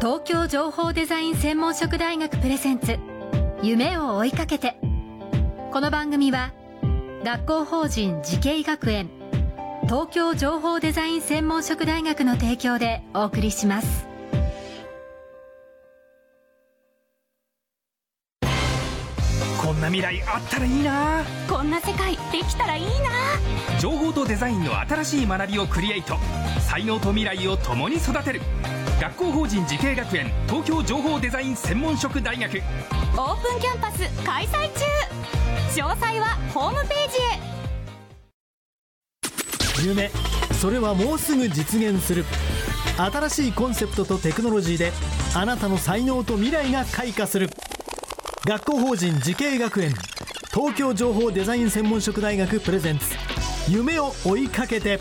東京情報デザイン専門職大学プレゼンツ、夢を追いかけて。この番組は学校法人慈恵学園、東京情報デザイン専門職大学の提供でお送りします。 こんな未来あったらいいな、 こんな世界できたらいいな。 情報とデザインの新しい学びをクリエイト、才能と未来を共に育てる学校法人慈恵学園東京情報デザイン専門職大学、 オープンキャンパス開催中。詳細はホームページへ。 夢、それはもうすぐ実現する。新しいコンセプトとテクノロジーであなたの才能と未来が開花する。学校法人慈恵学園東京情報デザイン専門職大学プレゼンツ、夢を追いかけて。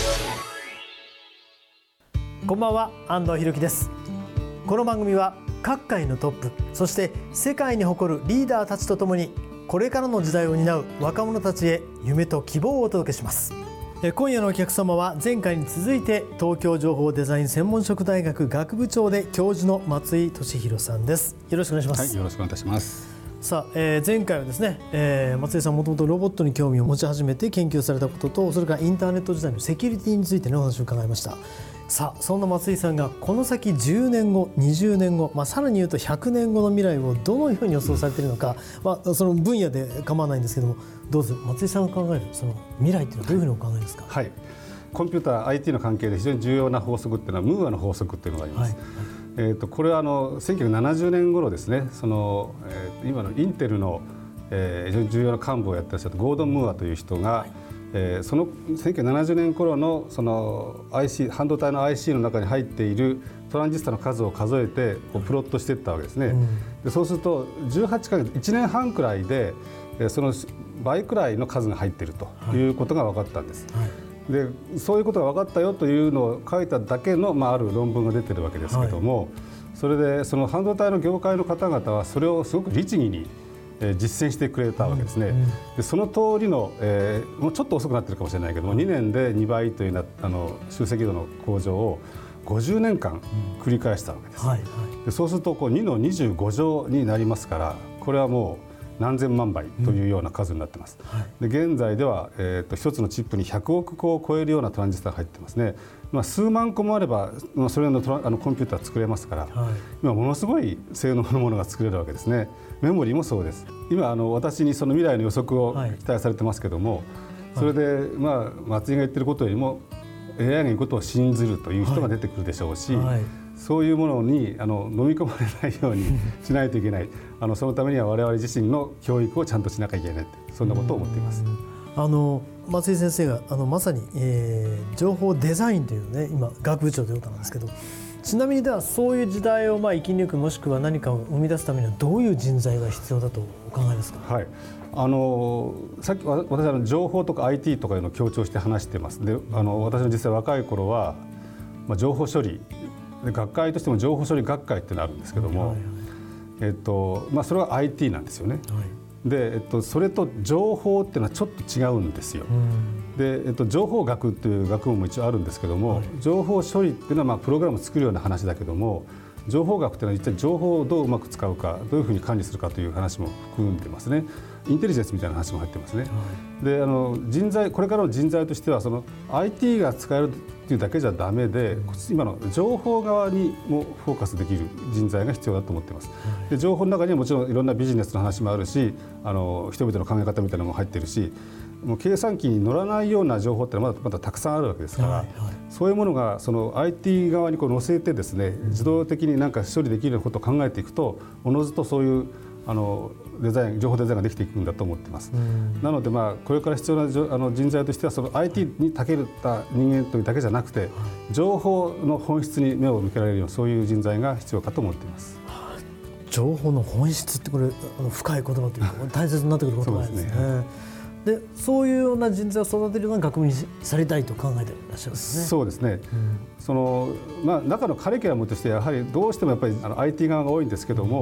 こんばんは、安藤裕樹です。この番組は各界のトップ、そして世界に誇るリーダーたちとともに、これからの時代を担う若者たちへ夢と希望をお届けします。今夜のお客様は前回に続いて東京情報デザイン専門職大学学部長で教授の松井俊弘さんです。よろしくお願いします。 はい、よろしくお願いいたします。 さあ、前回はですね、松井さんもともとロボットに興味を持ち始めて研究されたことと、それからインターネット時代のセキュリティについてのお話を伺いました。さあ、そんな松井さんがこの先10年後、20年後、さらに言うと100年後の未来をどのように予想されているのか、その分野で構わないんですけども、どうぞ松井さんが考えるその未来というのはどういうふうにお考えですか？ はい、コンピューター IT の関係で非常に重要な法則っていうのはムーアの法則っていうのがあります。これは1970年頃ですね、今のインテルの、非常に重要な幹部をやってらっしゃったゴードン・ムーアという人が、その1970年頃のその IC、半導体の IC の中に入っているトランジスタの数を数えてプロットしていったわけですね。でそうすると18ヶ月、1年半くらいでその倍くらいの数が入っているということが分かったんです。でそういうことが分かったよというのを書いただけの、ある論文が出てるわけですけども、それでその半導体の業界の方々はそれをすごく律儀に実践してくれたわけですね。でその通りの、もうちょっと遅くなってるかもしれないけども、2年で2倍という集積度の向上を50年間繰り返したわけです。でそうすると2の25乗になりますから、これはもう何千万倍というような数になっています。で現在では、一つのチップに100億個を超えるようなトランジスタが入ってますね。数万個もあればそれのコンピューター作れますから、今ものすごい性能のものが作れるわけですね。メモリーもそうです。今私にその未来の予測を期待されてますけども、それで松井が言ってることよりも AI が言うことを信ずるという人が出てくるでしょうし、そういうものに飲み込まれないようにしないといけない。そのためには我々自身の教育をちゃんとしなきゃいけない、そんなことを思っています。 松井先生がまさに、情報デザインというね、今学部長ということなんですけど、ちなみにではそういう時代を生き抜く、もしくは何かを生み出すためにはどういう人材が必要だとお考えですか？ はい、さっき私情報とか IT とかいうのを強調して話しています。で私の実際若い頃は、情報処理で学会としても情報処理学会っていうのがあるんですけども、それは IT なんですよね。でそれと情報っていうのはちょっと違うんですよ。で情報学っていう学問も一応あるんですけども、情報処理っていうのはプログラムを作るような話だけども、情報学っていうのは実は情報をどううまく使うか、どういうふうに管理するかという話も含んでますね。インテリジェンスみたいな話も入ってますね。で人材、これからの人材としてはIT が使えるっていうだけじゃダメで、今の情報側にもフォーカスできる人材が必要だと思っています。で情報の中にはもちろんいろんなビジネスの話もあるし、人々の考え方みたいなのも入ってるし、もう計算機に乗らないような情報ってまだたくさんあるわけですから、そういうものがIT 側に載せてですね、自動的に処理できるようなことを考えていくと、おのずとそういう情報デザインができていくんだと思っています。なのでこれから必要な人材としてはIT に長けた人間というだけじゃなくて、情報の本質に目を向けられるような、そういう人材が必要かと思っています。 情報の本質ってこれ深い言葉というか大切になってくる言葉ですね。でそういうような人材を育てるような学部にされたいと考えていらっしゃるんですね。 そうですね。中のカリキュラムとしてやはりどうしてもやっぱりIT 側が多いんですけども、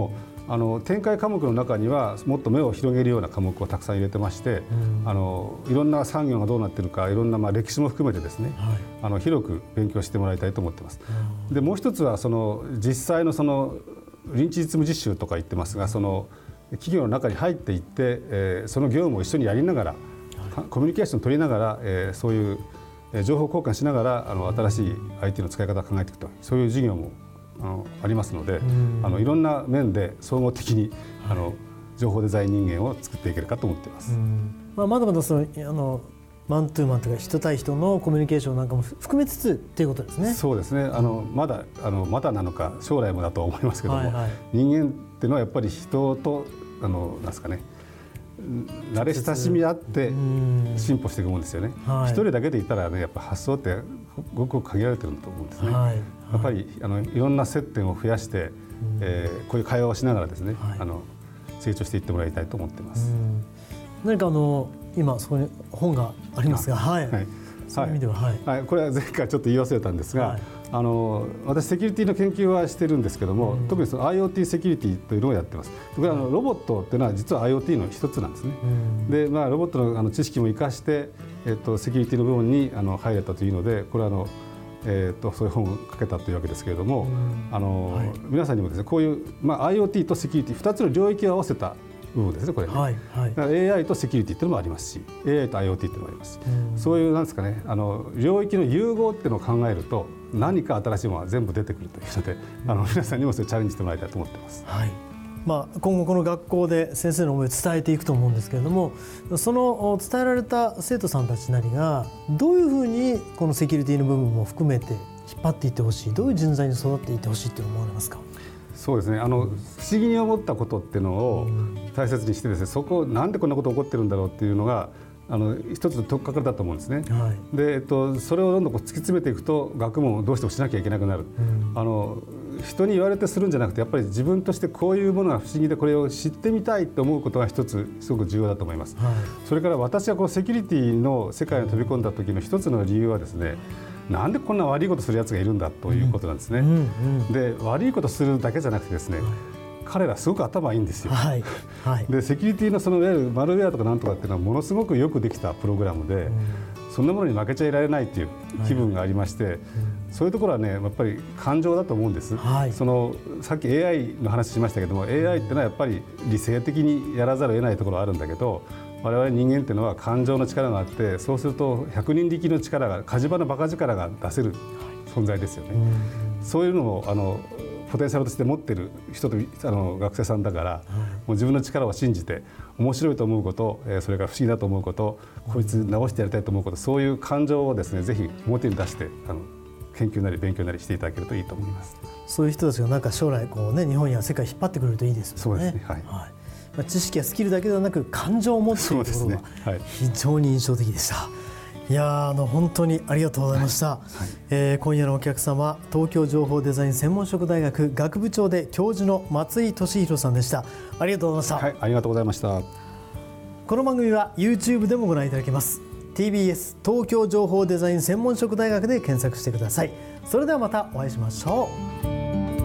展開科目の中にはもっと目を広げるような科目をたくさん入れてまして、いろんな産業がどうなっているか、いろんな歴史も含めてですね、広く勉強してもらいたいと思っています。でもう一つは実際の臨地実務実習とか言ってますが、企業の中に入っていって、その業務を一緒にやりながら、コミュニケーションを取りながら、そういう情報交換しながら新しい IT の使い方を考えていくと、そういう授業もありますので、いろんな面で総合的に情報デザイン人間を作っていけるかと思っています。 まだまだマントゥーマンというか人対人のコミュニケーションなんかも含めつつっていうことですね。そうですね。 まだなのか将来もだと思いますけども、人間っていうのはやっぱり人となんですかね、慣れ親しみあって進歩していくもんですよね。一人だけでいたらね、やっぱ発想ってごく限られてると思うんですね。やっぱりいろんな接点を増やして、こういう会話をしながらですね、成長していってもらいたいと思っています。 何か今そこに本がありますが、そういう意味では、 これは前回ちょっと言い忘れたんですが、私セキュリティの研究はしてるんですけども、特にIoT セキュリティというのをやってます。これロボットっていうのは実は IoT の一つなんですね。で、ロボットの知識も生かして、セキュリティの部分に入れたというので、これはそういう本を書けたというわけですけれども、皆さんにもですね、こういう、IoT とセキュリティ2つの領域を合わせた部分ですね、これ。AI とセキュリティというのもありますし、AI と IoTというのもありますし、そういうなんですかね、領域の融合っていうのを考えると、何か新しいものが全部出てくるというので、皆さんにもそれチャレンジしてもらいたいと思っています。 今後この学校で先生の思いを伝えていくと思うんですけれども、その伝えられた生徒さんたちなりがどういうふうにこのセキュリティの部分も含めて引っ張っていってほしい、どういう人材に育っていってほしいと思われますか？ そうですね、不思議に思ったことっていうのを大切にしてですね、そこなんでこんなこと起こってるんだろうっていうのが一つの取っかかりだと思うんですね。で、それをどんどん突き詰めていくと学問をどうしてもしなきゃいけなくなる。人に言われてするんじゃなくて、やっぱり自分としてこういうものが不思議でこれを知ってみたいと思うことが一つすごく重要だと思います。それから私がこのセキュリティの世界に飛び込んだ時の一つの理由はですね、なんでこんな悪いことするやつがいるんだということなんですね。で、悪いことするだけじゃなくてですね、彼らすごく頭いいんですよ。で、セキュリティのいわゆるマルウェアとかなんとかっていうのはものすごくよくできたプログラムで、そんなものに負けちゃいられないという気分がありまして、そういうところはね、やっぱり感情だと思うんです。さっき AI の話しましたけども、 AI っていうのはやっぱり理性的にやらざるを得ないところはあるんだけど、我々人間っていうのは感情の力があって、そうすると百人力の力が、火事場のバカ力が出せる存在ですよね。そういうのをポテンシャルとして持っている人と学生さんだから、もう自分の力を信じて面白いと思うこと、それから不思議だと思うこと、こいつ直してやりたいと思うこと、そういう感情をですね、ぜひ表に出して研究なり勉強なりしていただけるといいと思います。 そういう人たちがなんか将来日本や世界引っ張ってくれるといいですよね。 そうですね、 知識やスキルだけではなく感情を持っているところが非常に印象的でした。いや本当にありがとうございました。今夜のお客様、東京情報デザイン専門職大学学部長で教授の松井俊弘さんでした。ありがとうございました。 ありがとうございました。 この番組は YouTube でもご覧いただけます。 TBS 東京情報デザイン専門職大学で検索してください。それではまたお会いしましょう。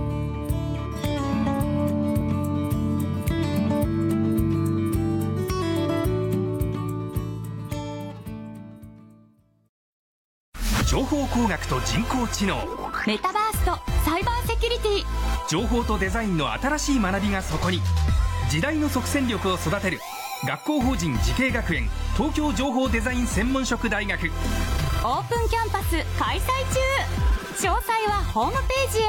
情報工学と人工知能、 メタバースとサイバーセキュリティ、 情報とデザインの新しい学びがそこに。時代の即戦力を育てる学校法人慈恵学園東京情報デザイン専門職大学。 オープンキャンパス開催中。詳細はホームペ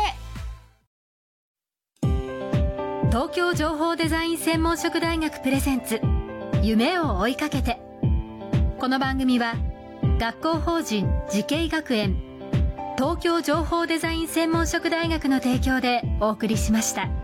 ージへ。 東京情報デザイン専門職大学プレゼンツ、夢を追いかけて。この番組は学校法人慈恵学園東京情報デザイン専門職大学の提供でお送りしました。